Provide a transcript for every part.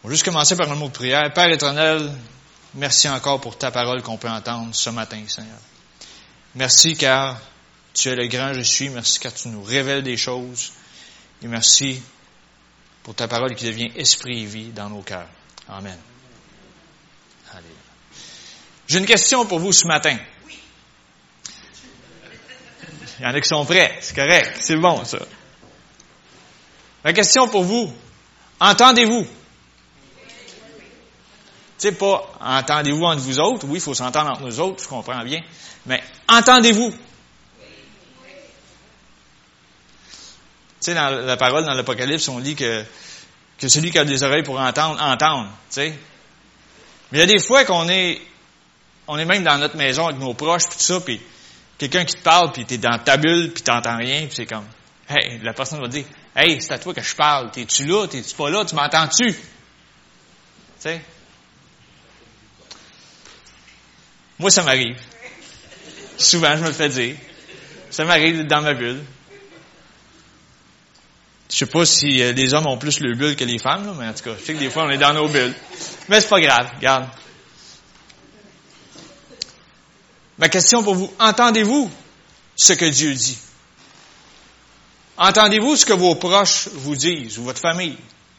On va juste commencer par un mot de prière. Père éternel, merci encore pour ta parole qu'on peut entendre ce matin, Seigneur. Merci car tu es le grand je suis. Merci car tu nous révèles des choses. Et merci pour ta parole qui devient esprit et vie dans nos cœurs. Amen. Alléluia. J'ai une question pour vous ce matin. Il y en a qui sont prêts. C'est correct. C'est bon, ça. La question pour vous. Entendez-vous? Tu sais, pas entendez-vous entre vous autres. Oui, il faut s'entendre entre nous autres, je comprends bien. Mais entendez-vous? Tu sais, dans la parole, dans l'Apocalypse, on lit que celui qui a des oreilles pour entendre, entende. Tu sais. Mais il y a des fois qu'on est même dans notre maison avec nos proches, puis tout ça, puis quelqu'un qui te parle, puis t'es dans ta bulle, puis t'entends rien, puis c'est comme, hey, la personne va dire, hey, c'est à toi que je parle. T'es-tu là? T'es-tu pas là? Tu m'entends-tu? Tu sais? Moi, ça m'arrive. Souvent, je me le fais dire. Ça m'arrive dans ma bulle. Je sais pas si les hommes ont plus le bulle que les femmes, là, mais en tout cas, je sais que des fois, on est dans nos bulles. Mais c'est pas grave, regarde. Ma question pour vous, entendez-vous ce que Dieu dit? Entendez-vous ce que vos proches vous disent, ou votre famille?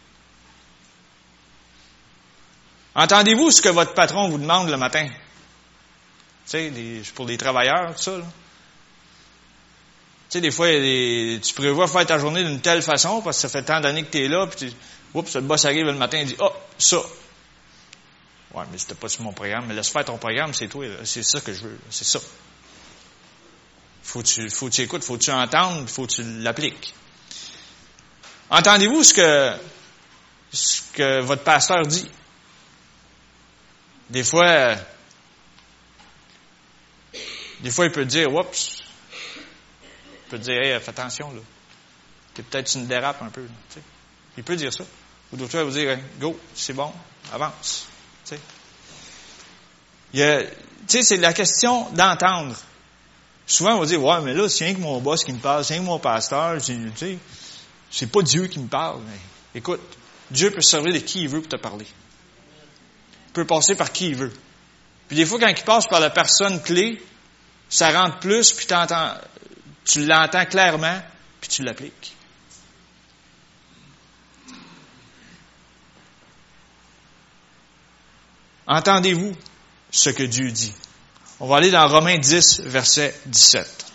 Entendez-vous ce que votre patron vous demande le matin? Tu sais, pour les travailleurs, tout ça, là. Tu sais, des fois, tu prévois faire ta journée d'une telle façon, parce que ça fait tant d'années que tu es là, puis le boss arrive le matin et dit, oh, ça. Ouais, mais c'était pas sur mon programme, mais laisse faire ton programme, c'est toi, c'est ça que je veux, c'est ça. Faut que tu écoutes, faut que tu entendes, faut que tu l'appliques. Entendez-vous ce que votre pasteur dit? Des fois, il peut dire, oups, il peut dire, hey, fais attention, là. T'es peut-être une dérape un peu, là, tu sais. Il peut dire ça. Ou d'autres fois, il va dire, hey, go, c'est bon, avance, tu sais. Tu sais, c'est la question d'entendre. Souvent, on va dire, ouais, mais là, c'est rien que mon boss qui me parle, c'est rien que mon pasteur, tu sais, c'est pas Dieu qui me parle. Mais, écoute, Dieu peut se servir de qui il veut pour te parler. Il peut passer par qui il veut. Puis des fois, quand il passe par la personne clé, ça rentre plus, puis tu l'entends clairement, puis tu l'appliques. Entendez-vous ce que Dieu dit? On va aller dans Romains 10, verset 17.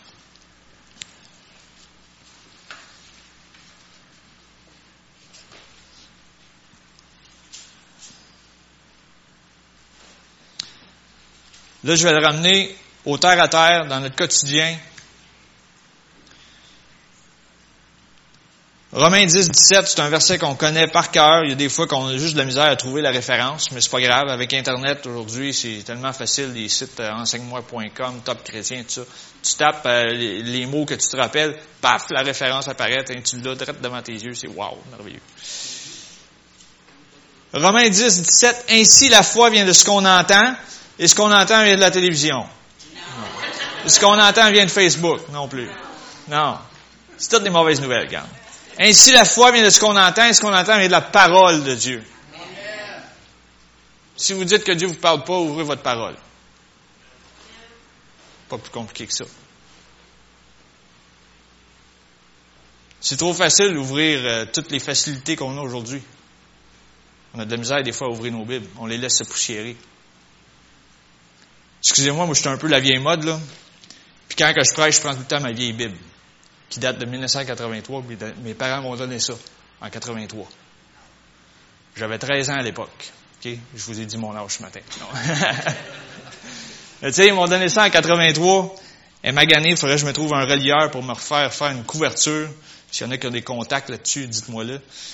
Là, je vais le ramener au terre à terre, dans notre quotidien. Romains 10, 17, c'est un verset qu'on connaît par cœur. Il y a des fois qu'on a juste de la misère à trouver la référence, mais c'est pas grave. Avec Internet, aujourd'hui, c'est tellement facile, les sites enseigne-moi.com, Top Chrétien, tout ça. Tu tapes les mots que tu te rappelles, paf, la référence apparaît, tu l'as direct devant tes yeux, c'est wow, merveilleux. Romains 10, 17, ainsi la foi vient de ce qu'on entend, et ce qu'on entend vient de la télévision. Non. Ce qu'on entend vient de Facebook, non plus. Non. C'est toutes des mauvaises nouvelles, regarde. Ainsi, la foi vient de ce qu'on entend, et ce qu'on entend vient de la parole de Dieu. Amen. Si vous dites que Dieu ne vous parle pas, ouvrez votre parole. Pas plus compliqué que ça. C'est trop facile d'ouvrir toutes les facilités qu'on a aujourd'hui. On a de la misère des fois à ouvrir nos Bibles. On les laisse se poussiérer. Excusez-moi, moi je suis un peu la vieille mode, là. Puis quand que je prêche, je prends tout le temps ma vieille Bible, qui date de 1983, puis mes parents m'ont donné ça, en 83. J'avais 13 ans à l'époque. OK? Je vous ai dit mon âge ce matin. Tu sais, ils m'ont donné ça en 83. Et magané, il faudrait que je me trouve un relieur pour me refaire faire une couverture. S'il y en a qui ont des contacts là-dessus, dites-moi-le.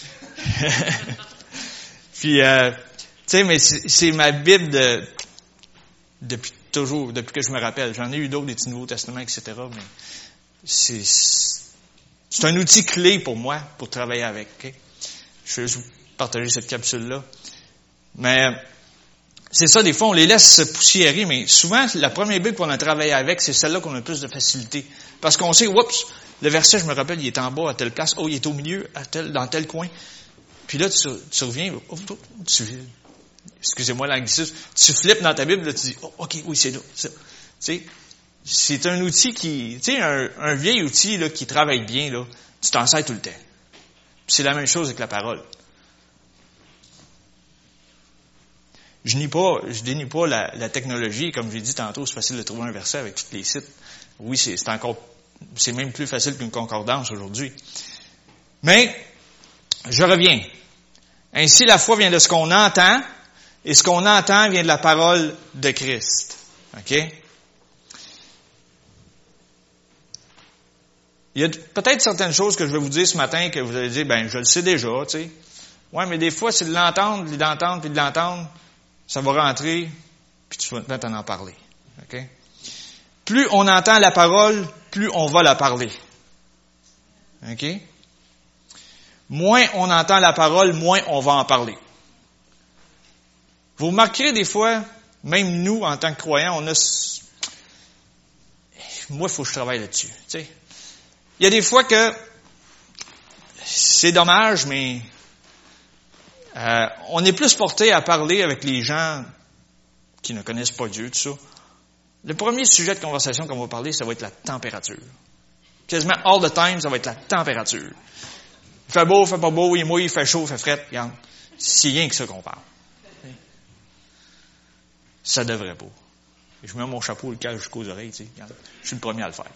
Puis, tu sais, mais c'est ma Bible depuis toujours, depuis que je me rappelle. J'en ai eu d'autres, des petits Nouveaux Testaments, etc. Mais c'est un outil clé pour moi, pour travailler avec. Okay? Je vais juste vous partager cette capsule-là. Mais c'est ça, des fois, on les laisse se poussiérer, mais souvent, la première Bible qu'on a travaillé avec, c'est celle-là qu'on a le plus de facilité. Parce qu'on sait, oups, le verset, je me rappelle, il est en bas à telle place, oh, il est au milieu, dans tel coin. Puis là, tu reviens, excusez-moi l'anglicisme, tu flippes dans ta Bible, là, tu dis, oh, OK, oui, c'est là. Tu sais, c'est un outil tu sais, un vieil outil, là, qui travaille bien, là, tu t'en sers tout le temps. Puis c'est la même chose avec la parole. Je dénie pas la technologie. Comme j'ai dit tantôt, c'est facile de trouver un verset avec tous les sites. Oui, c'est même plus facile qu'une concordance aujourd'hui. Mais, je reviens. Ainsi, la foi vient de ce qu'on entend, et ce qu'on entend vient de la parole de Christ. OK? Il y a peut-être certaines choses que je vais vous dire ce matin que vous allez dire, je le sais déjà, tu sais. Ouais, mais des fois, c'est de l'entendre, puis de l'entendre, ça va rentrer, puis tu vas te mettre à en parler. OK? Plus on entend la parole, plus on va la parler. OK? Moins on entend la parole, moins on va en parler. Vous remarquerez des fois, même nous, en tant que croyants, moi, il faut que je travaille là-dessus. Tu sais. Il y a des fois que c'est dommage, mais on est plus porté à parler avec les gens qui ne connaissent pas Dieu, tout ça. Le premier sujet de conversation qu'on va parler, ça va être la température. Quasiment all the time, ça va être la température. Il fait beau, il fait pas beau, il mouille, il fait chaud, il fait fret. Regarde, c'est rien que ça qu'on parle. Ça devrait pas. Je mets mon chapeau, le cale jusqu'aux oreilles, tu sais. Regarde, je suis le premier à le faire.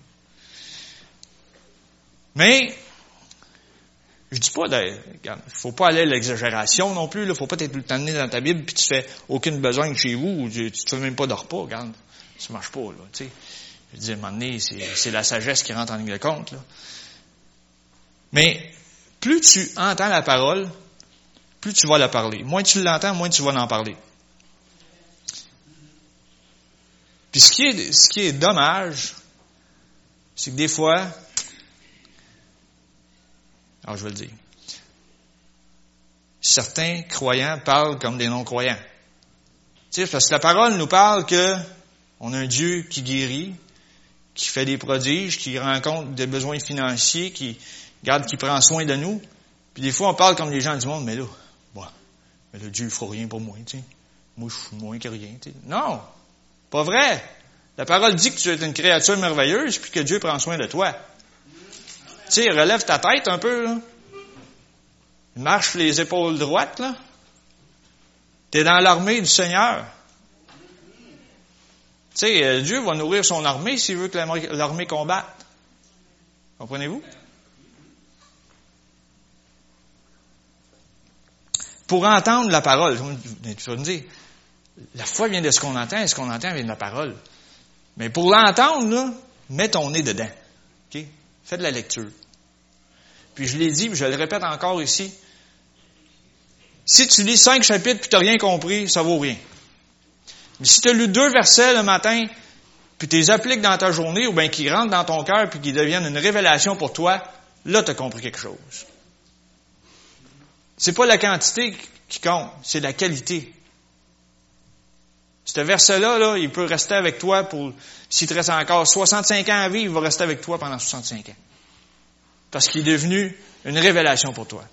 Mais, je dis pas, regarde, faut pas aller à l'exagération non plus, là. Faut pas être tout le temps donné dans ta Bible, puis tu fais aucune besogne chez vous, ou tu te fais même pas de repas, regarde. Ça marche pas, là, tu sais. Je dis, à un moment donné, c'est la sagesse qui rentre en ligne de compte, là. Mais, plus tu entends la parole, plus tu vas la parler. Moins tu l'entends, moins tu vas en parler. Puis ce qui est dommage, c'est que des fois, alors je vais le dire, certains croyants parlent comme des non-croyants. Tu sais, parce que la parole nous parle que on a un Dieu qui guérit, qui fait des prodiges, qui rencontre des besoins financiers, qui prend soin de nous. Puis des fois, on parle comme les gens du monde, mais là, Dieu ne fera rien pour moi, tu sais. Moi, je suis moins que rien, tu sais. Non! Pas vrai! La parole dit que tu es une créature merveilleuse, puis que Dieu prend soin de toi. Tu sais, relève ta tête un peu, là. Marche les épaules droites, là. T'es dans l'armée du Seigneur. Tu sais, Dieu va nourrir son armée s'il veut que l'armée combatte. Comprenez-vous? Pour entendre la parole, tu vas me dire, la foi vient de ce qu'on entend, et ce qu'on entend vient de la parole. Mais pour l'entendre, là, mets ton nez dedans. OK? Fais de la lecture. Puis je l'ai dit, puis je le répète encore ici. Si tu lis 5 chapitres puis tu n'as rien compris, ça vaut rien. Mais si tu as lu 2 versets le matin, puis tu les appliques dans ta journée, ou bien qu'ils rentrent dans ton cœur puis qu'ils deviennent une révélation pour toi, là, tu as compris quelque chose. C'est pas la quantité qui compte, c'est la qualité. Ce verset-là, là, il peut rester avec toi s'il te reste encore 65 ans à vivre, il va rester avec toi pendant 65 ans. Parce qu'il est devenu une révélation pour toi.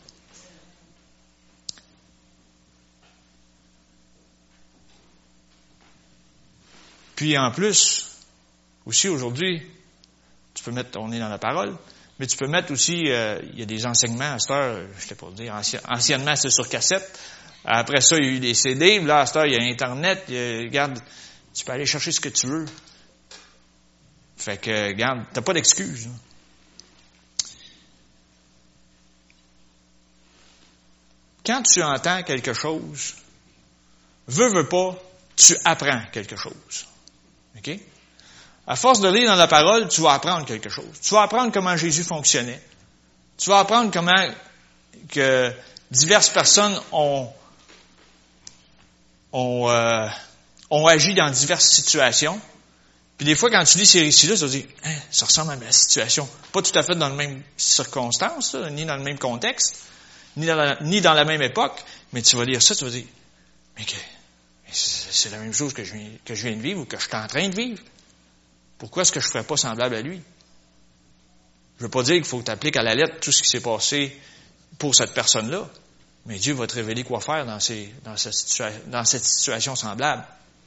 Puis en plus, aussi aujourd'hui, tu peux mettre ton nez dans la parole, mais tu peux mettre aussi, il y a des enseignements à cette heure, je ne sais pas dire, anciennement c'est sur cassette. Après ça, il y a eu des CD, là, à cette heure, il y a Internet, regarde, tu peux aller chercher ce que tu veux. Fait que, regarde, t'as pas d'excuse. Quand tu entends quelque chose, veux pas, tu apprends quelque chose. OK? À force de lire dans la parole, tu vas apprendre quelque chose. Tu vas apprendre comment Jésus fonctionnait. Tu vas apprendre comment que diverses personnes ont agi dans diverses situations. Puis des fois, quand tu lis ces récits-là, tu vas dire, ça ressemble à ma situation. Pas tout à fait dans les mêmes circonstances, là, ni dans le même contexte, ni dans la même époque, mais tu vas lire ça, tu vas dire, mais c'est la même chose que je viens de vivre ou que je suis en train de vivre. Pourquoi est-ce que je ne ferais pas semblable à lui? Je ne veux pas dire qu'il faut que tu appliques à la lettre tout ce qui s'est passé pour cette personne-là, Mais Dieu va te révéler quoi faire dans cette situation semblable.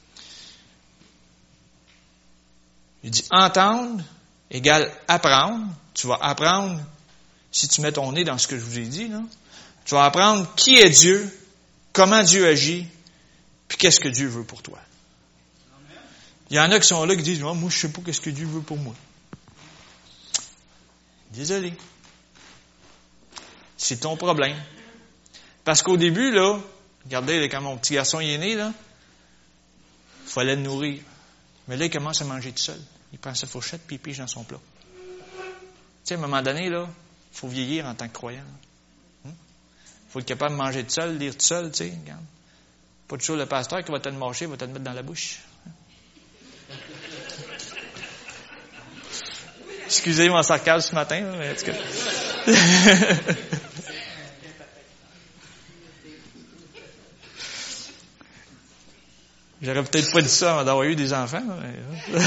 Il dit entendre égale apprendre. Tu vas apprendre, si tu mets ton nez dans ce que je vous ai dit, là, tu vas apprendre qui est Dieu, comment Dieu agit, puis qu'est-ce que Dieu veut pour toi. Il y en a qui sont là qui disent, moi, je sais pas qu'est-ce que Dieu veut pour moi. Désolé. C'est ton problème. Parce qu'au début, là, regardez, là, quand mon petit garçon est né, là, il fallait le nourrir. Mais là, il commence à manger tout seul. Il prend sa fourchette puis il pige dans son plat. Tu sais, à un moment donné, là, il faut vieillir en tant que croyant. Il faut être capable de manger tout seul, lire tout seul, tu sais, regarde. Pas toujours le pasteur qui va te le mâcher, va te le mettre dans la bouche. Excusez mon sarcasme ce matin, là, mais en tout cas. J'aurais peut-être pas dit ça avant d'avoir eu des enfants. Mais...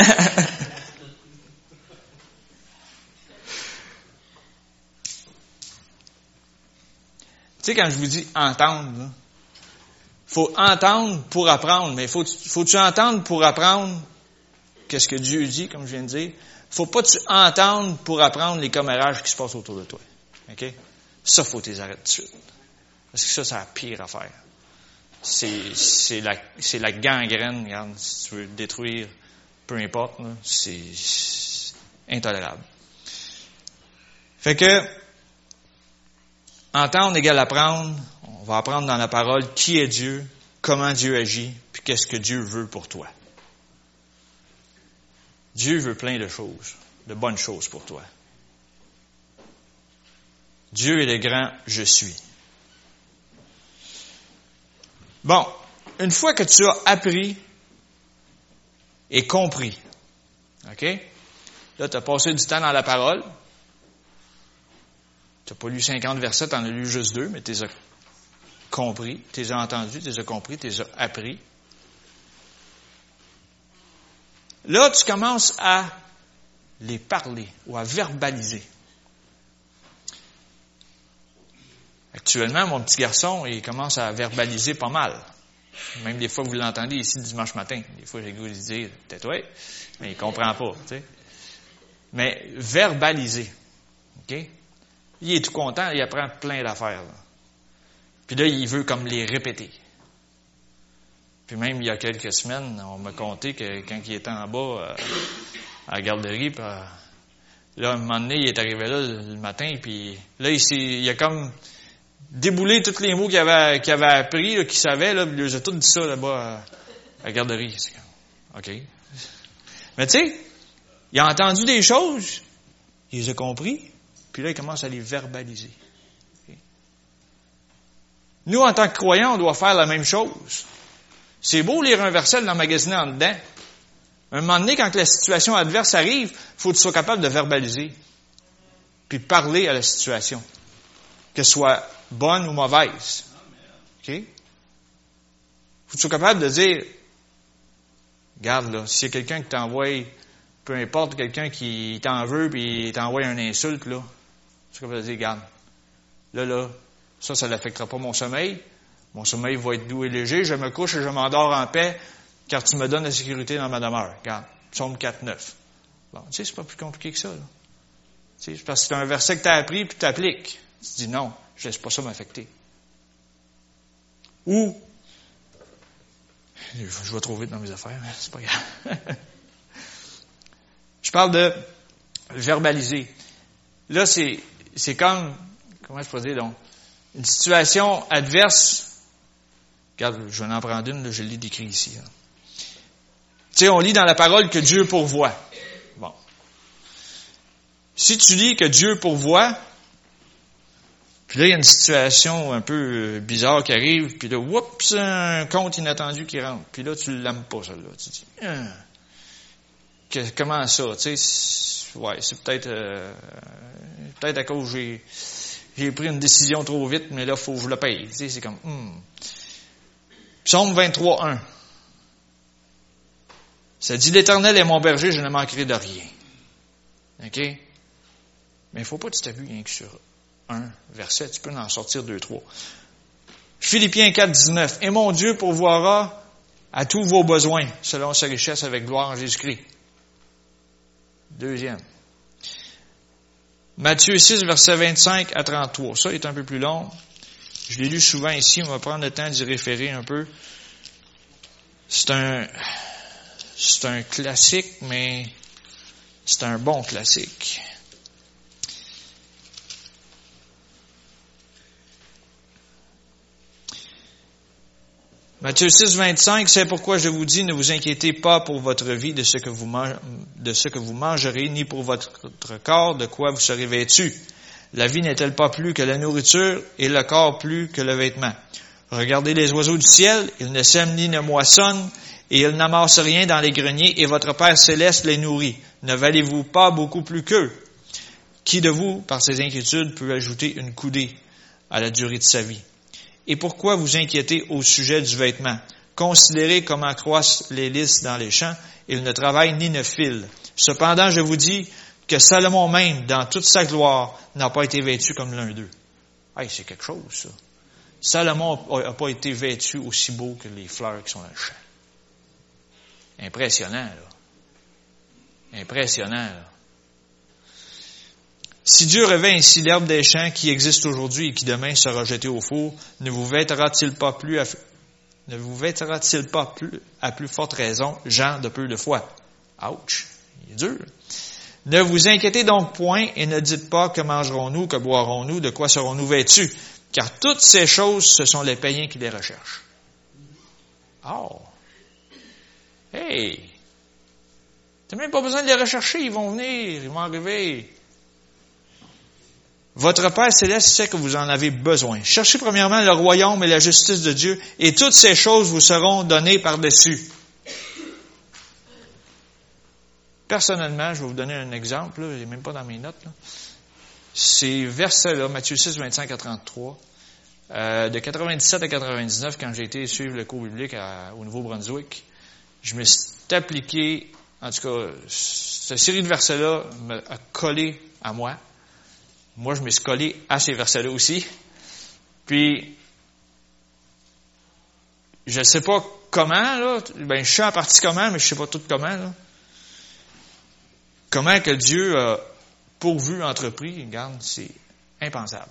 Tu sais, quand je vous dis entendre, là, faut entendre pour apprendre, mais faut-tu entendre pour apprendre qu'est-ce que Dieu dit, comme je viens de dire? Faut pas tu entendre pour apprendre les commérages qui se passent autour de toi. OK? Ça, faut t'es arrêter tout de suite. Parce que ça, c'est la pire affaire. C'est la gangrène, regarde, si tu veux détruire, peu importe, là, c'est intolérable. Fait que, entendre égale apprendre. On va apprendre dans la parole qui est Dieu, comment Dieu agit, puis qu'est-ce que Dieu veut pour toi. Dieu veut plein de choses, de bonnes choses pour toi. Dieu est le grand « Je suis ». Bon, une fois que tu as appris et compris, OK? Là, tu as passé du temps dans la parole. Tu n'as pas lu 50 versets, tu en as lu juste 2, mais tu les as compris, tu les as entendus, tu les as compris, tu les as appris. Là, tu commences à les parler ou à verbaliser. Actuellement, mon petit garçon, il commence à verbaliser pas mal. Même des fois, vous l'entendez ici dimanche matin. Des fois, j'ai le goût de dire, peut-être oui, mais il comprend pas, tu sais. Mais verbaliser, OK? Il est tout content, il apprend plein d'affaires, là. Puis là, il veut comme les répéter. Puis même, il y a quelques semaines, on m'a conté que quand il était en bas, à la garderie, puis, là, un moment donné, il est arrivé là le matin, puis là, il a comme déboulé tous les mots qu'il avait appris, là, qu'il savait, là, puis il a tout dit ça là-bas à la garderie. C'est comme, OK. Mais tu sais, il a entendu des choses, il les a compris, puis là, il commence à les verbaliser. Okay. Nous, en tant que croyants, on doit faire la même chose. C'est beau lire un verset, l'emmagasiner en dedans. Un moment donné, quand la situation adverse arrive, il faut que tu sois capable de verbaliser, puis parler à la situation, qu'elle soit bonne ou mauvaise. OK? Il faut que tu sois capable de dire, regarde, là, s'il y a quelqu'un qui t'envoie, peu importe, quelqu'un qui t'en veut, puis il t'envoie une insulte, là, tu es capable de dire, regarde, là, ça n'affectera pas mon sommeil. Mon sommeil va être doux et léger. Je me couche et je m'endors en paix, car tu me donnes la sécurité dans ma demeure. Regarde, Psaume 4.9. Bon, tu sais, c'est pas plus compliqué que ça, là. Tu sais, parce que c'est un verset que tu as appris puis tu t'appliques. Tu te dis non, je laisse pas ça m'affecter. Ou, je vais trop vite dans mes affaires, hein, c'est pas grave. Je parle de verbaliser. Là, c'est comme, comment je peux dire, donc, une situation adverse. Regarde, je vais en prendre une, là, je l'ai décrit ici. Là. Tu sais, on lit dans la parole que Dieu pourvoit. Bon. Si tu lis que Dieu pourvoit, puis là, il y a une situation un peu bizarre qui arrive, puis là, oups, un compte inattendu qui rentre. Puis là, tu l'aimes pas, celle-là. Tu dis, comment ça? Tu sais, ouais, c'est peut-être à cause j'ai pris une décision trop vite, mais là, il faut que je le paye. Tu sais, c'est comme, Psaume 23.1. Ça dit, l'Éternel est mon berger, je ne manquerai de rien. OK? Mais il ne faut pas que tu t'appuies rien que sur un verset. Tu peux en sortir 2, 3. Philippiens 4, 19. Et mon Dieu pourvoira à tous vos besoins, selon sa richesse avec gloire en Jésus-Christ. Deuxième. Matthieu 6, versets 25 à 33. Ça est un peu plus long. Je l'ai lu souvent ici, on va prendre le temps d'y référer un peu. C'est un classique, mais c'est un bon classique. Matthieu 6, 25, c'est pourquoi je vous dis, ne vous inquiétez pas pour votre vie de ce que vous mangerez, ni pour votre corps de quoi vous serez vêtus. La vie n'est-elle pas plus que la nourriture et le corps plus que le vêtement? Regardez les oiseaux du ciel, ils ne sèment ni ne moissonnent, et ils n'amassent rien dans les greniers, et votre Père céleste les nourrit. Ne valez-vous pas beaucoup plus qu'eux? Qui de vous, par ses inquiétudes, peut ajouter une coudée à la durée de sa vie? Et pourquoi vous inquiétez au sujet du vêtement? Considérez comment croissent les lys dans les champs, ils ne travaillent ni ne filent. Cependant, je vous dis que Salomon même, dans toute sa gloire, n'a pas été vêtu comme l'un d'eux. Hey, c'est quelque chose, ça. Salomon n'a pas été vêtu aussi beau que les fleurs qui sont dans le champ. Impressionnant, là. Impressionnant, là. Si Dieu revêt ainsi l'herbe des champs qui existe aujourd'hui et qui demain sera jetée au four, ne vous vêtera-t-il pas plus à plus forte raison, gens de peu de foi? Ouch! Il est dur. Ne vous inquiétez donc point et ne dites pas que mangerons-nous, que boirons-nous, de quoi serons-nous vêtus, car toutes ces choses, ce sont les païens qui les recherchent. Oh! Hey! T'as même pas besoin de les rechercher, ils vont venir, ils vont arriver. Votre Père céleste sait que vous en avez besoin. Cherchez premièrement le royaume et la justice de Dieu, et toutes ces choses vous seront données par-dessus. Personnellement, je vais vous donner un exemple, là, il n'est même pas dans mes notes. Là. Ces versets-là, Matthieu 6, 25 à 33, de 97 à 99, quand j'ai été suivre le cours biblique au Nouveau-Brunswick, je me suis appliqué, en tout cas, cette série de versets-là a collé à moi. Moi, je me suis collé à ces versets-là aussi. Puis, je ne sais pas comment, là. Ben, je sais en partie comment, mais je ne sais pas tout comment, là. Comment que Dieu a pourvu, entrepris, regarde, c'est impensable.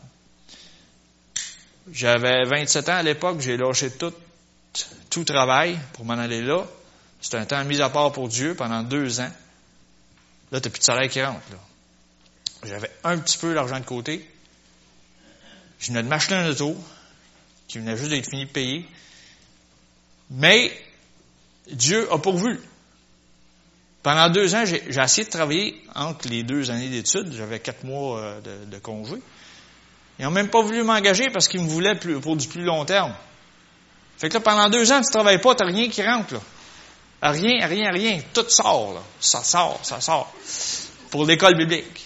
J'avais 27 ans à l'époque, j'ai lâché tout travail pour m'en aller là. C'était un temps mis à part pour Dieu pendant 2 ans. Là, t'as plus de salaire qui rentre, là. J'avais un petit peu d'argent de côté. Je venais de m'acheter un auto qui venait juste d'être fini de payer. Mais Dieu a pourvu. Pendant 2 ans, j'ai essayé de travailler entre les 2 années d'études. J'avais 4 mois de congé. Ils n'ont même pas voulu m'engager parce qu'ils me voulaient pour du plus long terme. Fait que là, pendant 2 ans, tu ne travailles pas, tu n'as rien qui rentre, là. Rien. Tout sort, là. Ça sort. Pour l'école biblique.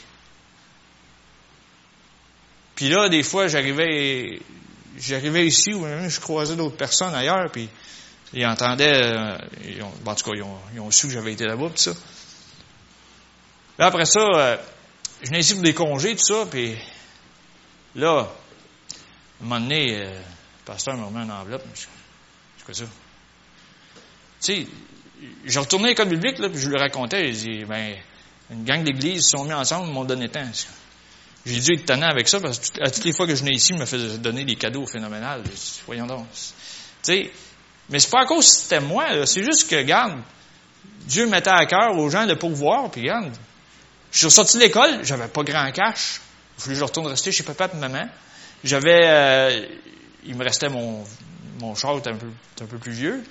Puis là, des fois, j'arrivais ici, ou même je croisais d'autres personnes ailleurs, puis ils entendaient, en tout cas, ils ont su que j'avais été là-bas, puis ça. Là, après ça, je venais ici pour des congés, tout ça, puis là, à un moment donné, le pasteur me remet une enveloppe, c'est quoi ça? Tu sais, je retournais à l'école biblique, là, puis je lui racontais, je dis, ben, une gang d'églises se sont mis ensemble, ils m'ont donné tant. J'ai dû être tannant avec ça, parce que à toutes les fois que je venais ici, il me faisait donner des cadeaux phénoménals. Voyons donc. Tu sais, mais c'est pas à cause que c'était moi, là. C'est juste que, regarde, Dieu mettait à cœur aux gens de pourvoir, puis regarde, je suis sorti de l'école, j'avais pas grand cash. Il fallait que je retourne rester chez papa et maman. J'avais, il me restait mon char était un peu plus vieux.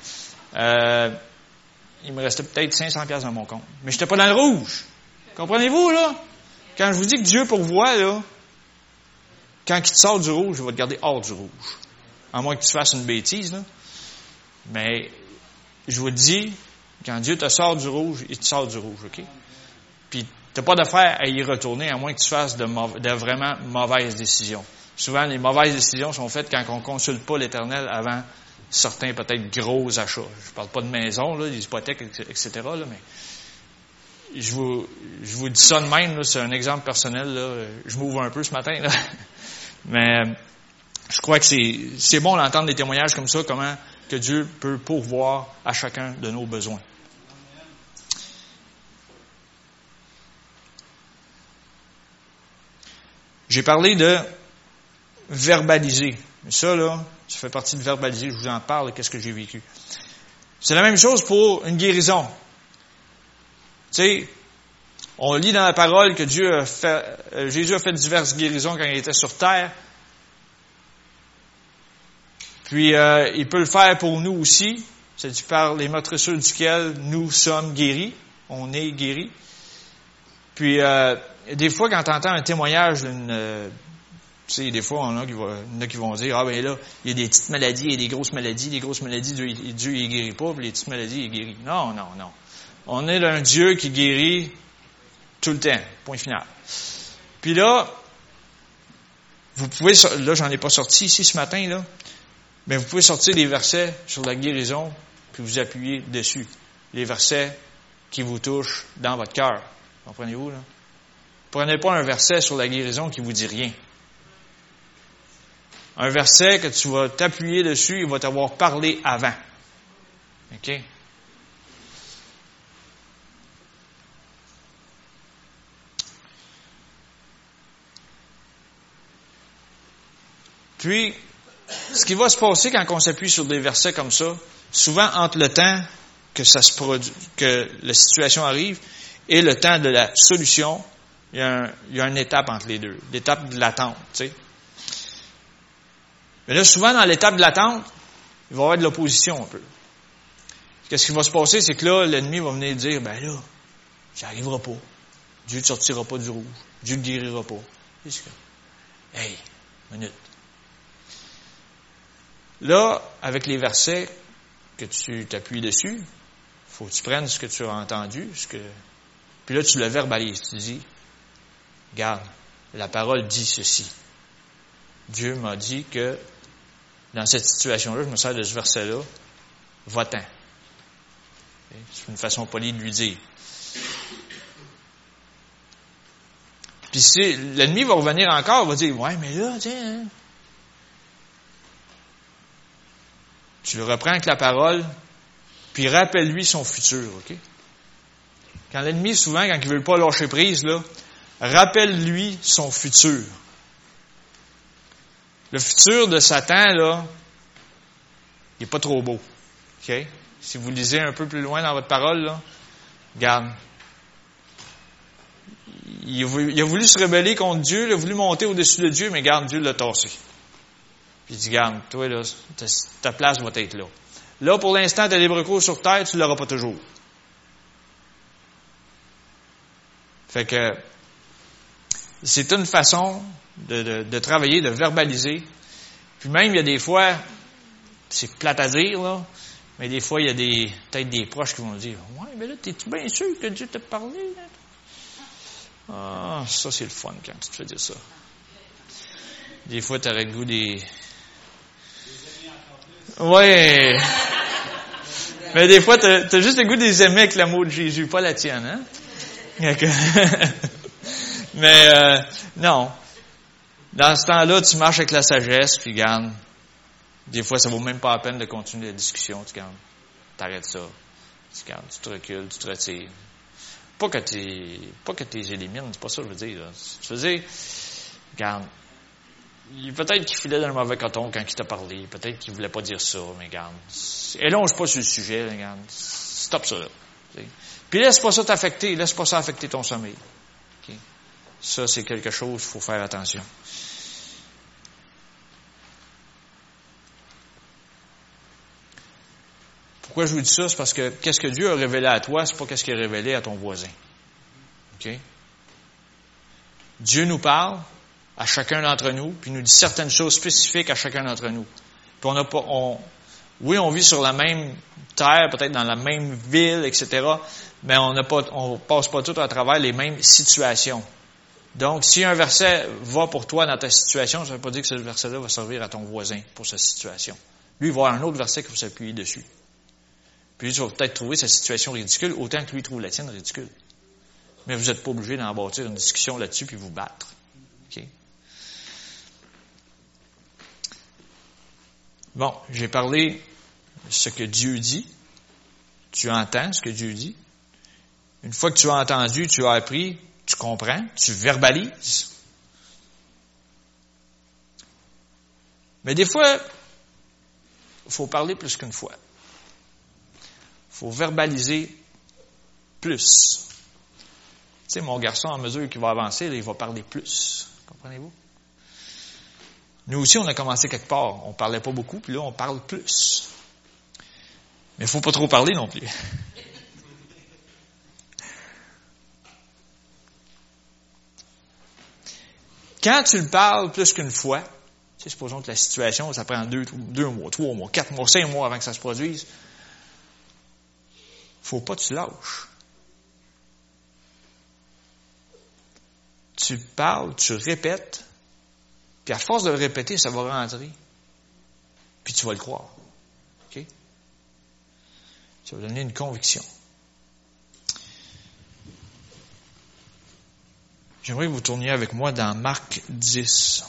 Il me restait peut-être 500$ dans mon compte. Mais j'étais pas dans le rouge. Comprenez-vous, là? Quand je vous dis que Dieu pourvoit, là, quand il te sort du rouge, il va te garder hors du rouge. À moins que tu fasses une bêtise, là. Mais, je vous le dis, quand Dieu te sort du rouge, il te sort du rouge, OK? Puis, t'as pas d'affaire à y retourner, à moins que tu fasses de vraiment mauvaises décisions. Souvent, les mauvaises décisions sont faites quand on consulte pas l'Éternel avant certains, peut-être, gros achats. Je parle pas de maison, là, des hypothèques, etc., là, mais je vous dis ça de même, là, c'est un exemple personnel, là. Je m'ouvre un peu ce matin, là. Mais, je crois que c'est bon d'entendre des témoignages comme ça, comment que Dieu peut pourvoir à chacun de nos besoins. J'ai parlé de verbaliser. Mais ça, là, ça fait partie de verbaliser. Je vous en parle, qu'est-ce que j'ai vécu. C'est la même chose pour une guérison. Tu sais, on lit dans la parole que Jésus a fait diverses guérisons quand il était sur terre. Puis, il peut le faire pour nous aussi. C'est dit par les meurtrissures duquel nous sommes guéris. On est guéris. Puis, des fois, quand tu entends un témoignage d'une... tu sais, des fois, il y en a qui vont dire, ah ben là, il y a des petites maladies et des grosses maladies. Les grosses maladies, Dieu il guérit pas, puis les petites maladies, il guérit. Non. On est un Dieu qui guérit tout le temps. Point final. Puis là, vous pouvez... Là, j'en ai pas sorti ici ce matin, là. Mais vous pouvez sortir des versets sur la guérison, puis vous appuyer dessus. Les versets qui vous touchent dans votre cœur. Comprenez-vous, là? Prenez pas un verset sur la guérison qui vous dit rien. Un verset que tu vas t'appuyer dessus, il va t'avoir parlé avant. OK? Puis, ce qui va se passer quand on s'appuie sur des versets comme ça, souvent entre le temps que ça se produit, que la situation arrive, et le temps de la solution, il y a une étape entre les deux, l'étape de l'attente, tu sais. Mais là, souvent, dans l'étape de l'attente, il va y avoir de l'opposition un peu. Qu'est-ce qui va se passer, c'est que là, l'ennemi va venir dire, ben là, ça n'arrivera pas. Dieu ne sortira pas du rouge. Dieu ne guérira pas. Hey, minute. Là, avec les versets que tu t'appuies dessus, faut que tu prennes ce que tu as entendu, puis là, tu le verbalises. Tu dis, regarde, la parole dit ceci. Dieu m'a dit que dans cette situation-là, je me sers de ce verset-là, va-t'en. C'est une façon polie de lui dire. Puis si l'ennemi va revenir encore, il va dire, ouais, mais là, tiens, hein. Tu le reprends avec la parole, puis rappelle-lui son futur, OK? Quand l'ennemi, souvent, quand il veut pas lâcher prise, là, rappelle-lui son futur. Le futur de Satan, là, il n'est pas trop beau. OK? Si vous lisez un peu plus loin dans votre parole, là, regarde. Il a voulu se rebeller contre Dieu, il a voulu monter au-dessus de Dieu, mais regarde, Dieu l'a tassé. Puis il dit, regarde, toi, là, ta place va être là. Là, pour l'instant, tu as libre cours sur terre, tu ne l'auras pas toujours. Fait que c'est une façon de travailler, de verbaliser. Puis même, il y a des fois, c'est plate à dire, là, mais des fois, il y a peut-être des proches qui vont dire, ouais, mais là, t'es-tu bien sûr que Dieu t'a parlé, là? Ah, ça, c'est le fun quand tu te fais dire ça. Des fois, t'aurais le goût des... Ouais. Mais des fois, t'as juste le goût des aimer avec l'amour de Jésus, pas la tienne, hein? Mais, non. Dans ce temps-là, tu marches avec la sagesse, puis garde. Des fois, ça vaut même pas la peine de continuer la discussion, tu gardes. T'arrêtes ça. Tu gardes, tu te recules, tu te retires. Pas que t'es élimines, c'est pas ça que je veux dire, là. Je veux dire, regarde, peut-être qu'il filait dans le mauvais coton quand il t'a parlé, peut-être qu'il voulait pas dire ça, mais regarde, élonge pas sur le sujet, là, regarde, stop ça, là. T'sais. Puis laisse pas ça t'affecter, laisse pas ça affecter ton sommeil. Okay? Ça, c'est quelque chose, il faut faire attention. Pourquoi je vous dis ça? C'est parce que qu'est-ce que Dieu a révélé à toi, c'est pas qu'est-ce qu'il a révélé à ton voisin. OK? Dieu nous parle à chacun d'entre nous, puis nous dit certaines choses spécifiques à chacun d'entre nous. Puis oui, on vit sur la même terre, peut-être dans la même ville, etc., mais on passe pas tout à travers les mêmes situations. Donc, si un verset va pour toi dans ta situation, ça ne veut pas dire que ce verset-là va servir à ton voisin pour sa situation. Lui, il va avoir un autre verset qu'il faut s'appuyer dessus. Puis tu vas peut-être trouver sa situation ridicule autant que lui trouve la tienne ridicule. Mais vous n'êtes pas obligé d'en bâtir une discussion là-dessus puis vous battre. OK? Bon, j'ai parlé de ce que Dieu dit. Tu entends ce que Dieu dit. Une fois que tu as entendu, tu as appris, tu comprends, tu verbalises. Mais des fois, il faut parler plus qu'une fois. Il faut verbaliser plus. Tu sais, mon garçon, à mesure qu'il va avancer, là, il va parler plus. Comprenez-vous? Nous aussi, on a commencé quelque part. On parlait pas beaucoup, puis là, on parle plus. Mais il faut pas trop parler non plus. Quand tu le parles plus qu'une fois, tu sais, supposons que la situation, ça prend 2 mois, 3 mois, 4 mois, 5 mois avant que ça se produise, faut pas que tu lâches. Tu parles, tu répètes, puis à force de le répéter, ça va rentrer. Puis tu vas le croire. OK? Ça va donner une conviction. J'aimerais que vous tourniez avec moi dans Marc 10.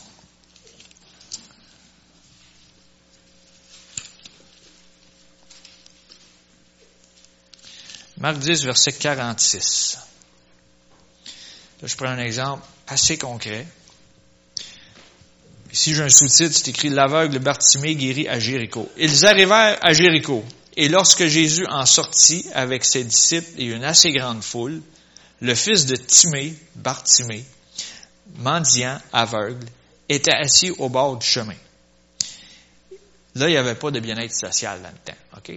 Marc 10, verset 46. Là, je prends un exemple assez concret. Ici, j'ai un sous-titre, c'est écrit « L'aveugle Bartimée guéri à Jéricho ». Ils arrivèrent à Jéricho, et lorsque Jésus en sortit avec ses disciples et une assez grande foule, le fils de Timée, Bartimée, mendiant, aveugle, était assis au bord du chemin. Là, il n'y avait pas de bien-être social dans le temps. OK?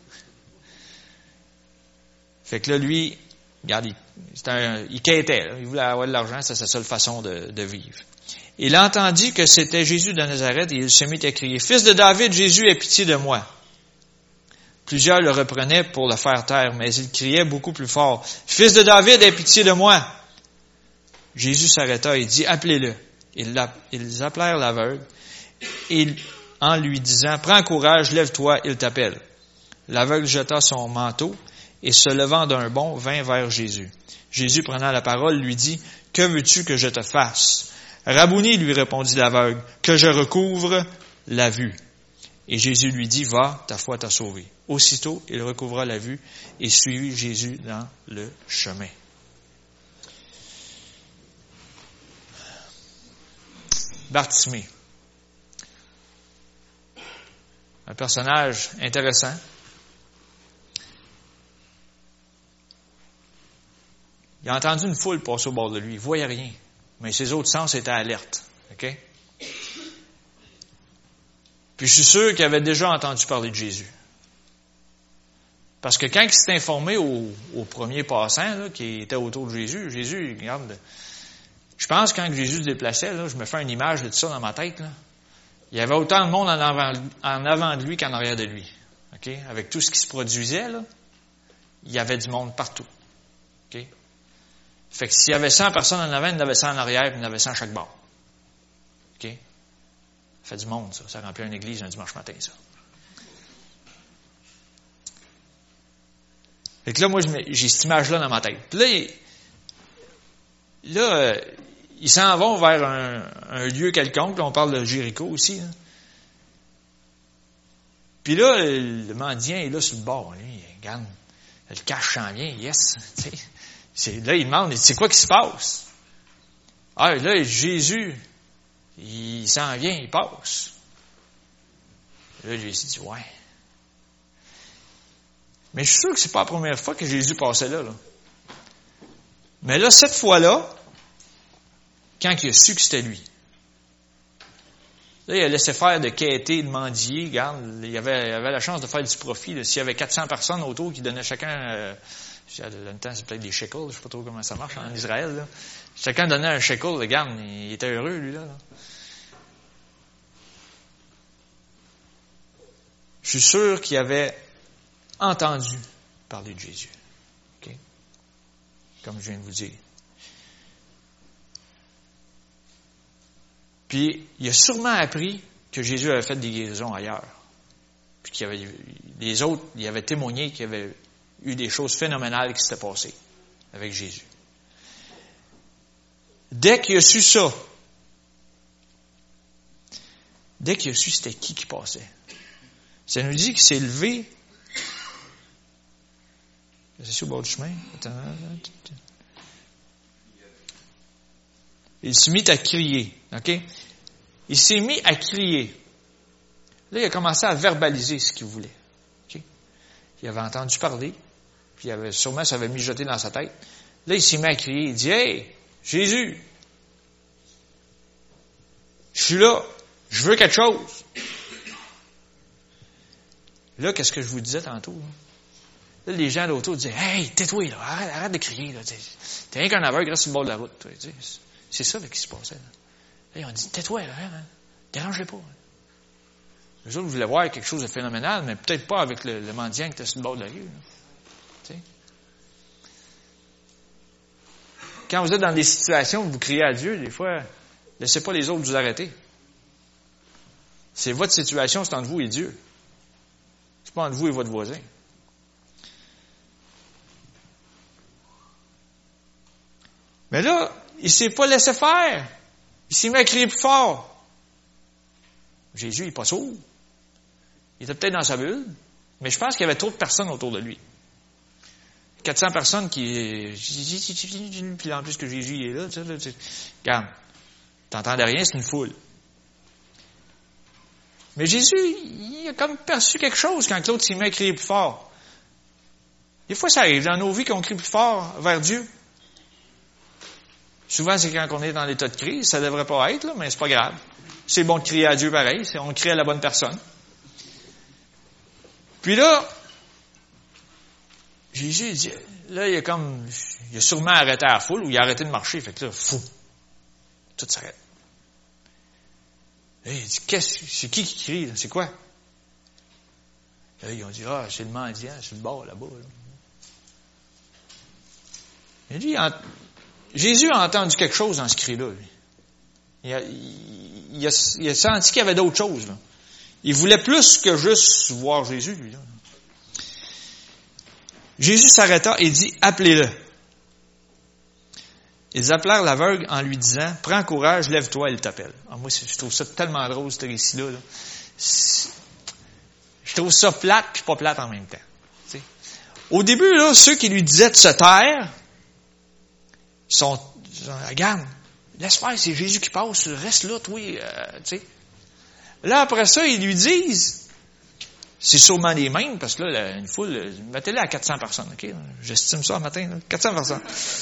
Fait que là, lui, regarde, il quêtait, là. Il voulait avoir de l'argent, c'est sa seule façon de vivre. Il entendit que c'était Jésus de Nazareth et il se mit à crier « Fils de David, Jésus, aie pitié de moi ». Plusieurs le reprenaient pour le faire taire, mais il criait beaucoup plus fort « Fils de David, aie pitié de moi ». Jésus s'arrêta et dit « Appelez-le ». Ils appelèrent l'aveugle et en lui disant « Prends courage, lève-toi, il t'appelle ». L'aveugle jeta son manteau et se levant d'un bond, vint vers Jésus. Jésus, prenant la parole, lui dit « Que veux-tu que je te fasse ?» « Rabouni, lui répondit l'aveugle, que je recouvre la vue. Et Jésus lui dit, va, ta foi t'a sauvé. Aussitôt, il recouvra la vue et suivit Jésus dans le chemin. Bartimée. Un personnage intéressant. Il a entendu une foule passer au bord de lui. Il ne voyait rien. Mais ses autres sens étaient alertes. OK? Puis je suis sûr qu'il avait déjà entendu parler de Jésus. Parce que quand il s'est informé au premier passant là, qui était autour de Jésus, regarde, je pense que quand Jésus se déplaçait, là, je me fais une image de tout ça dans ma tête, là, il y avait autant de monde en avant de lui qu'en arrière de lui. OK? Avec tout ce qui se produisait, là, il y avait du monde partout. OK? Fait que s'il y avait 100 personnes en avant, il y en avait 100 en arrière, puis il y en avait 100 à chaque bord. OK? Ça fait du monde, ça. Ça remplit une église un dimanche matin, ça. Fait que là, moi, j'ai cette image-là dans ma tête. Puis là, ils s'en vont vers un lieu quelconque. Là, on parle de Jéricho aussi. Hein. Puis là, le mendiant est là sur le bord. Lui, il regarde, le cash s'en vient, yes. Là, il demande, c'est quoi qui se passe? Ah, là, Jésus, il s'en vient, il passe. Là, Jésus dit, ouais. Mais je suis sûr que c'est pas la première fois que Jésus passait là. Mais là, cette fois-là, quand il a su que c'était lui, là, il a laissé faire de quêter, de mendier. Regarde, il avait la chance de faire du profit. Là. S'il y avait 400 personnes autour qui donnaient chacun... en même temps, c'est peut-être des shekels, je ne sais pas trop comment ça marche en Israël. Là. Chacun donnait un shekel, regarde, il était heureux, lui, là. Je suis sûr qu'il avait entendu parler de Jésus. Okay? Comme je viens de vous dire. Puis, il a sûrement appris que Jésus avait fait des guérisons ailleurs. Puis qu'il y avait les autres, il avait témoigné qu'il y avait eu des choses phénoménales qui s'étaient passées avec Jésus. Dès qu'il a su ça, dès qu'il a su c'était qui passait, Ça nous dit qu'il s'est levé. C'est au bord du chemin. Il s'est mis à crier. OK? Il s'est mis à crier. Là, il a commencé à verbaliser ce qu'il voulait. Okay? Il avait entendu parler, puis sûrement ça avait mijoté dans sa tête. Là, il s'est mis à crier. Il dit, « Hey, Jésus, je suis là, je veux quelque chose. » Là, qu'est-ce que je vous disais tantôt? Là, les gens autour disaient, « Hey, tais-toi, là, arrête de crier. Là. T'es rien qu'un aveugle, reste sur le bord de la route. » C'est ça là, qui se passait. Là, ils ont dit, « Tais-toi, là, dérange-les pas. » Les autres voulaient voir quelque chose de phénoménal, mais peut-être pas avec le mendiant qui était sur le bord de la rue. Quand vous êtes dans des situations où vous criez à Dieu, des fois, laissez pas les autres vous arrêter. C'est votre situation, c'est entre vous et Dieu. C'est pas entre vous et votre voisin. Mais là, il s'est pas laissé faire. Il s'est mis à crier plus fort. Jésus, il n'est pas sourd. Il était peut-être dans sa bulle, mais je pense qu'il y avait trop de personnes autour de lui. 400 personnes qui... Puis en plus que Jésus il est là, regarde, t'entendais rien, c'est une foule. Mais Jésus, il a comme perçu quelque chose quand Claude s'est mis à crier plus fort. Des fois, ça arrive dans nos vies qu'on crie plus fort vers Dieu. Souvent, c'est quand on est dans l'état de crise, ça devrait pas être, là, mais c'est pas grave. C'est bon de crier à Dieu pareil, on crie à la bonne personne. Puis là, Jésus, dit, là, il a sûrement arrêté la foule ou il a arrêté de marcher, fait que là, fou. Tout s'arrête. Là, il dit, c'est qui crie, là? C'est quoi? Là, ils ont dit, c'est le mendiant, c'est le bord, là-bas, là. Et lui, Jésus a entendu quelque chose dans ce cri-là, lui. Il a senti qu'il y avait d'autres choses, là. Il voulait plus que juste voir Jésus, lui, là. Jésus s'arrêta et dit, appelez-le. Ils appelèrent l'aveugle en lui disant, prends courage, lève-toi, il t'appelle. Alors moi, je trouve ça tellement drôle, ce récit-là, là. Je trouve ça plate puis pas plate en même temps. T'sais. Au début, là, ceux qui lui disaient de se taire, regarde, laisse faire, c'est Jésus qui passe, reste là, toi, tu sais. Là, après ça, ils lui disent, c'est sûrement les mêmes, parce que là, une foule, mettez-la à 400 personnes, OK? J'estime ça un matin, là, 400 personnes.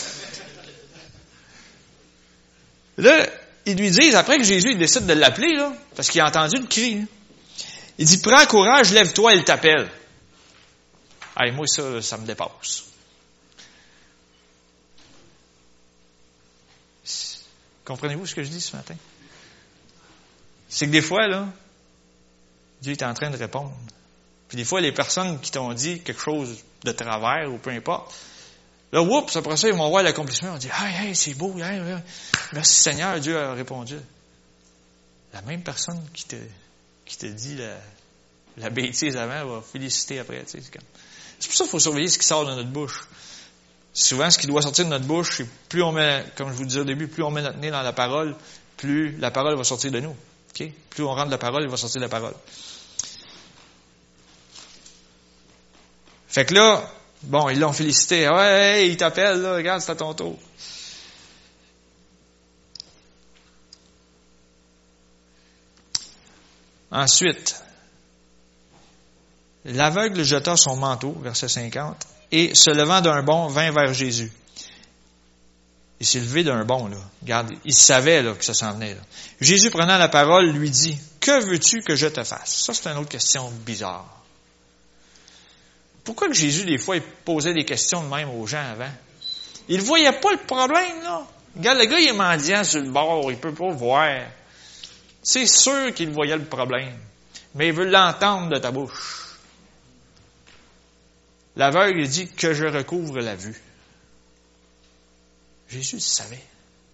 Là, ils lui disent, après que Jésus il décide de l'appeler, là, parce qu'il a entendu le cri, là, il dit, prends courage, lève-toi, il t'appelle. Hey, moi, ça me dépasse. Comprenez-vous ce que je dis ce matin? C'est que des fois, là, Dieu est en train de répondre. Puis des fois, les personnes qui t'ont dit quelque chose de travers ou peu importe, là, oups, après ça, ils vont voir l'accomplissement, ils vont dire, hey, c'est beau, hey, merci Seigneur, Dieu a répondu. La même personne qui te dit la bêtise avant va féliciter après. Tu sais, c'est pour ça qu'il faut surveiller ce qui sort de notre bouche. Souvent, ce qui doit sortir de notre bouche, c'est plus on met, comme je vous le disais au début, plus on met notre nez dans la parole, plus la parole va sortir de nous. Okay? Plus on rentre la parole, il va sortir de la parole. Fait que là, bon, ils l'ont félicité. Ouais, hey, il t'appelle, là, regarde, c'est à ton tour. Ensuite, l'aveugle jeta son manteau, verset 50, et se levant d'un bond, vint vers Jésus. Il s'est levé d'un bond, là. Regarde, il savait là, que ça s'en venait. Là. Jésus, prenant la parole, lui dit, « Que veux-tu que je te fasse? » Ça, c'est une autre question bizarre. Pourquoi que Jésus, des fois, il posait des questions de même aux gens avant? Il ne voyait pas le problème, là. Regarde, le gars, il est mendiant sur le bord, il peut pas voir. C'est sûr qu'il voyait le problème, mais il veut l'entendre de ta bouche. L'aveugle, il dit, « Que je recouvre la vue. » Jésus le savait.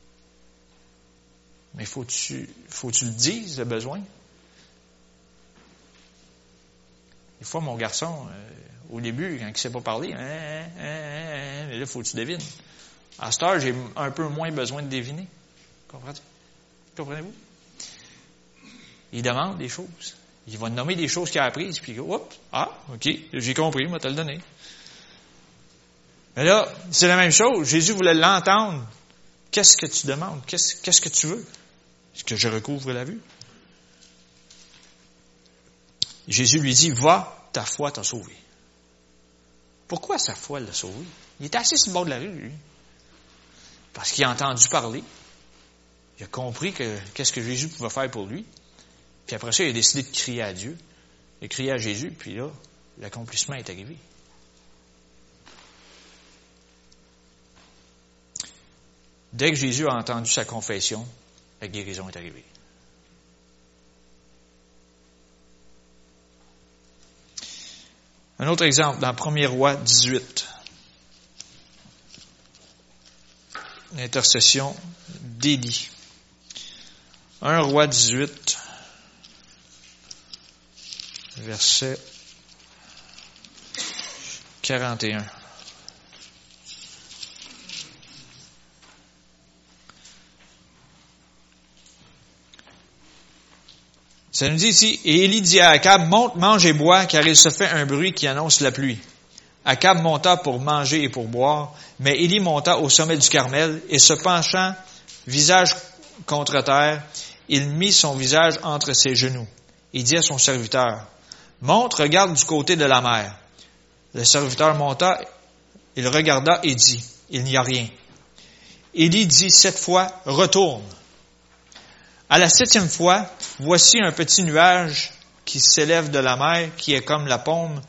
Mais faut-tu le dises, le besoin? Des fois, mon garçon, au début, quand il ne sait pas parler, mais là, faut que tu devines. À cette heure, j'ai un peu moins besoin de deviner. Comprenez-vous? Il demande des choses. Il va nommer des choses qu'il a apprises, puis hop, OK, j'ai compris, moi, te le donner. Mais là, c'est la même chose. Jésus voulait l'entendre. Qu'est-ce que tu demandes? Qu'est-ce que tu veux? Est-ce que je recouvre la vue? Jésus lui dit, va, ta foi t'a sauvé. Pourquoi sa foi l'a sauvé? Il était assis sur le bord de la rue, lui. Parce qu'il a entendu parler. Il a compris qu'est-ce que Jésus pouvait faire pour lui. Puis après ça, il a décidé de crier à Dieu. Il a crié à Jésus, puis là, l'accomplissement est arrivé. Dès que Jésus a entendu sa confession, la guérison est arrivée. Un autre exemple, dans 1er Roi 18. L'intercession d'Élie. 1 Roi 18, verset 41. Ça nous dit ici, et Élie dit à Akab, monte, mange et bois, car il se fait un bruit qui annonce la pluie. Akab monta pour manger et pour boire, mais Élie monta au sommet du Carmel, et se penchant, visage contre terre, il mit son visage entre ses genoux. Il dit à son serviteur, monte, regarde du côté de la mer. Le serviteur monta, il regarda et dit, il n'y a rien. Élie dit 7 fois, retourne. À la 7e fois, voici un petit nuage qui s'élève de la mer, qui est comme la paume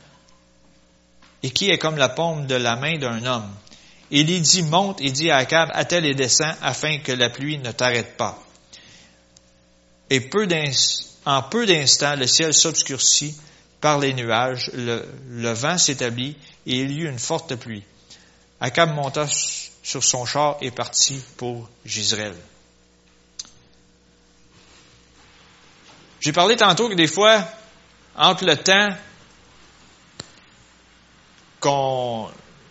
de la main d'un homme. Élie dit, monte, et dit à Akab, attelle et descends, afin que la pluie ne t'arrête pas. Et en peu d'instants, le ciel s'obscurcit par les nuages, le vent s'établit, et il y eut une forte pluie. Akab monta sur son char et partit pour Jezreel. J'ai parlé tantôt que des fois, entre le temps qu'on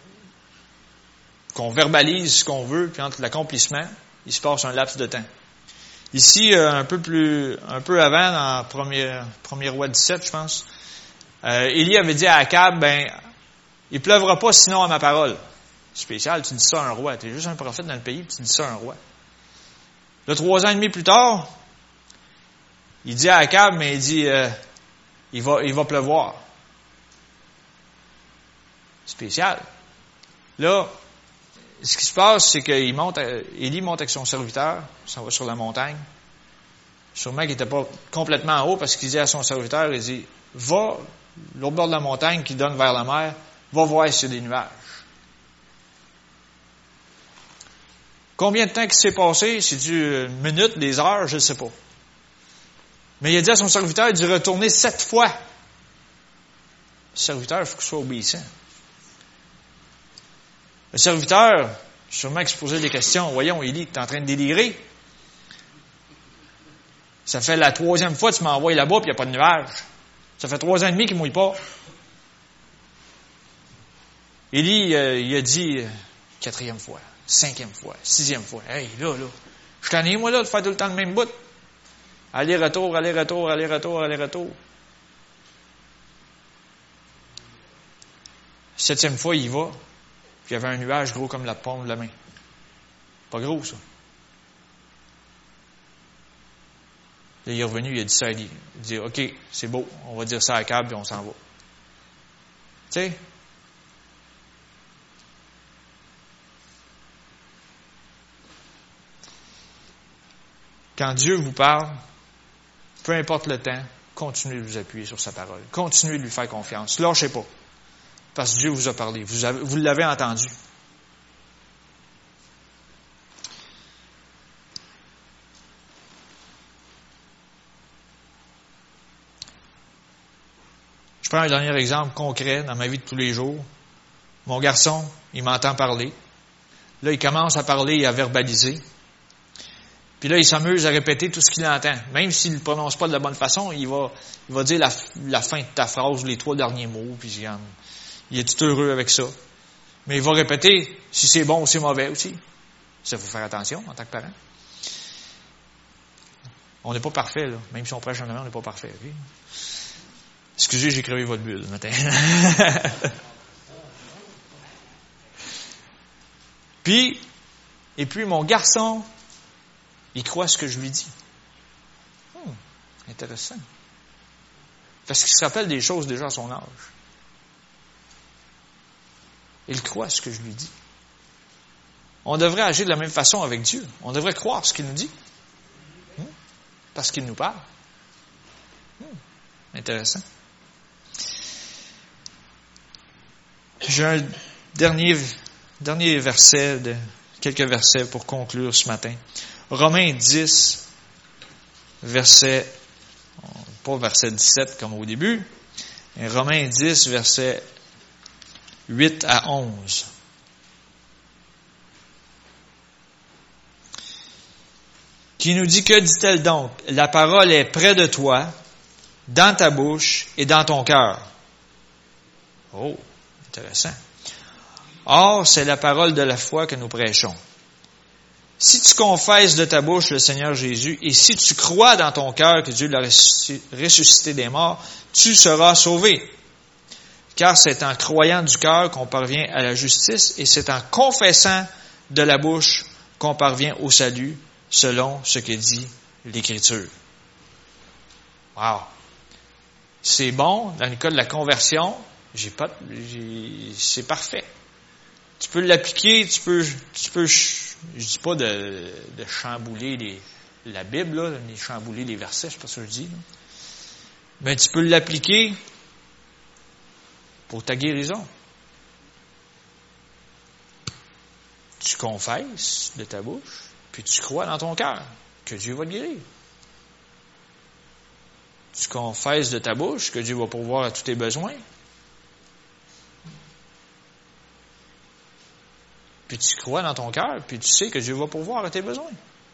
verbalise ce qu'on veut, puis entre l'accomplissement, il se passe un laps de temps. Ici, un peu avant, dans 1er Roi 17, je pense, Élie avait dit à Akab, il pleuvra pas sinon à ma parole. Spécial, tu dis ça à un roi. Tu es juste un prophète dans le pays, puis tu dis ça à un roi. Là, 3 ans et demi plus tard, il dit à Akab, mais il dit, il va pleuvoir. Spécial. Là, ce qui se passe, c'est qu'Élie monte avec son serviteur, s'en va sur la montagne. Sûrement qu'il n'était pas complètement en haut, parce qu'il dit à son serviteur, il dit, va, l'autre bord de la montagne qui donne vers la mer, va voir s'il y a des nuages. Combien de temps qu'il s'est passé? C'est-tu une minute, des heures? Je ne sais pas. Mais il a dit à son serviteur d'y retourner 7 fois. Le serviteur, il faut qu'il soit obéissant. Le serviteur, sûrement qu'il se posait des questions. Voyons, Élie, tu es en train de délirer. Ça fait la 3e fois que tu m'envoies là-bas, puis il n'y a pas de nuage. Ça fait 3 ans et demi qu'il ne mouille pas. Élie, il a dit 4e fois, 5e fois, 6e fois. Hey, là, je t'en ai, moi, là, de faire tout le temps le même bout. Aller-retour, aller-retour, aller-retour, aller-retour. 7e fois, il y va. Puis il y avait un nuage gros comme la paume de la main. Pas gros, ça. Là, il est revenu, il a dit ça à Élie. Il dit, OK, c'est beau, on va dire ça à Akab, puis on s'en va. Tu sais? Quand Dieu vous parle, peu importe le temps, continuez de vous appuyer sur sa parole. Continuez de lui faire confiance. Lâchez pas. Parce que Dieu vous a parlé. Vous l'avez entendu. Je prends un dernier exemple concret dans ma vie de tous les jours. Mon garçon, il m'entend parler. Là, il commence à parler et à verbaliser. Puis là, il s'amuse à répéter tout ce qu'il entend. Même s'il ne le prononce pas de la bonne façon, il va dire la fin de ta phrase, les 3 derniers mots, puis il est tout heureux avec ça. Mais il va répéter si c'est bon ou c'est mauvais aussi. Ça, il faut faire attention en tant que parent. On n'est pas parfait, là. Même si on prêche en avant, on n'est pas parfait. Oui? Excusez, j'ai crevé votre bulle le matin. Et puis mon garçon, il croit ce que je lui dis. Intéressant. Parce qu'il se rappelle des choses déjà à son âge. Il croit ce que je lui dis. On devrait agir de la même façon avec Dieu. On devrait croire ce qu'il nous dit. Parce qu'il nous parle. Intéressant. J'ai un dernier verset, quelques versets pour conclure ce matin. Romains 10, pas verset 17 comme au début, mais Romains 10, versets 8 à 11. Qui nous dit, que dit-elle donc? La parole est près de toi, dans ta bouche et dans ton cœur. Oh, intéressant. Or, c'est la parole de la foi que nous prêchons. Si tu confesses de ta bouche le Seigneur Jésus, et si tu crois dans ton cœur que Dieu l'a ressuscité des morts, tu seras sauvé. Car c'est en croyant du cœur qu'on parvient à la justice, et c'est en confessant de la bouche qu'on parvient au salut, selon ce que dit l'Écriture. Wow! C'est bon, dans le cas de la conversion, c'est parfait. Tu peux l'appliquer, tu peux, je dis pas de chambouler la Bible, là, ni chambouler les versets, c'est pas ça que je dis, là. Mais tu peux l'appliquer pour ta guérison. Tu confesses de ta bouche, puis tu crois dans ton cœur que Dieu va te guérir. Tu confesses de ta bouche que Dieu va pourvoir à tous tes besoins. Puis tu crois dans ton cœur, puis tu sais que Dieu va pourvoir à tes besoins.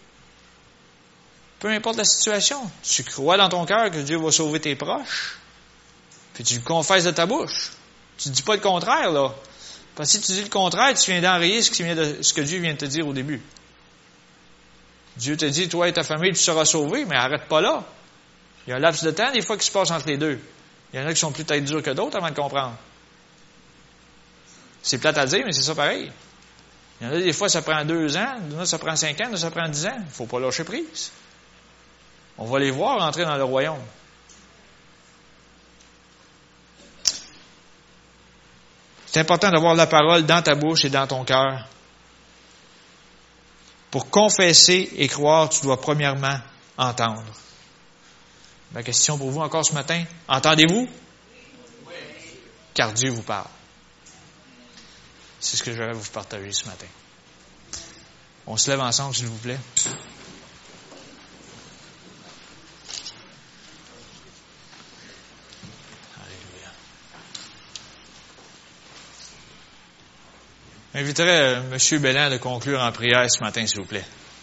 Peu importe la situation, tu crois dans ton cœur que Dieu va sauver tes proches, puis tu le confesses de ta bouche. Tu ne dis pas le contraire, là. Parce que si tu dis le contraire, tu viens d'enrayer ce que Dieu vient de te dire au début. Dieu te dit, toi et ta famille, tu seras sauvé, mais arrête pas là. Il y a un laps de temps, des fois, qui se passe entre les deux. Il y en a qui sont plus tête durs que d'autres avant de comprendre. C'est plate à dire, mais c'est ça pareil. Il y en a des fois, ça prend 2 ans, d'autres, ça prend 5 ans, d'autres, ça prend 10 ans. Il ne faut pas lâcher prise. On va les voir entrer dans le royaume. C'est important d'avoir la parole dans ta bouche et dans ton cœur. Pour confesser et croire, tu dois premièrement entendre. Ma question pour vous encore ce matin, entendez-vous? Oui. Car Dieu vous parle. C'est ce que je vais vous partager ce matin. On se lève ensemble, s'il vous plaît. Alléluia. J'inviterai M. Belland de conclure en prière ce matin, s'il vous plaît.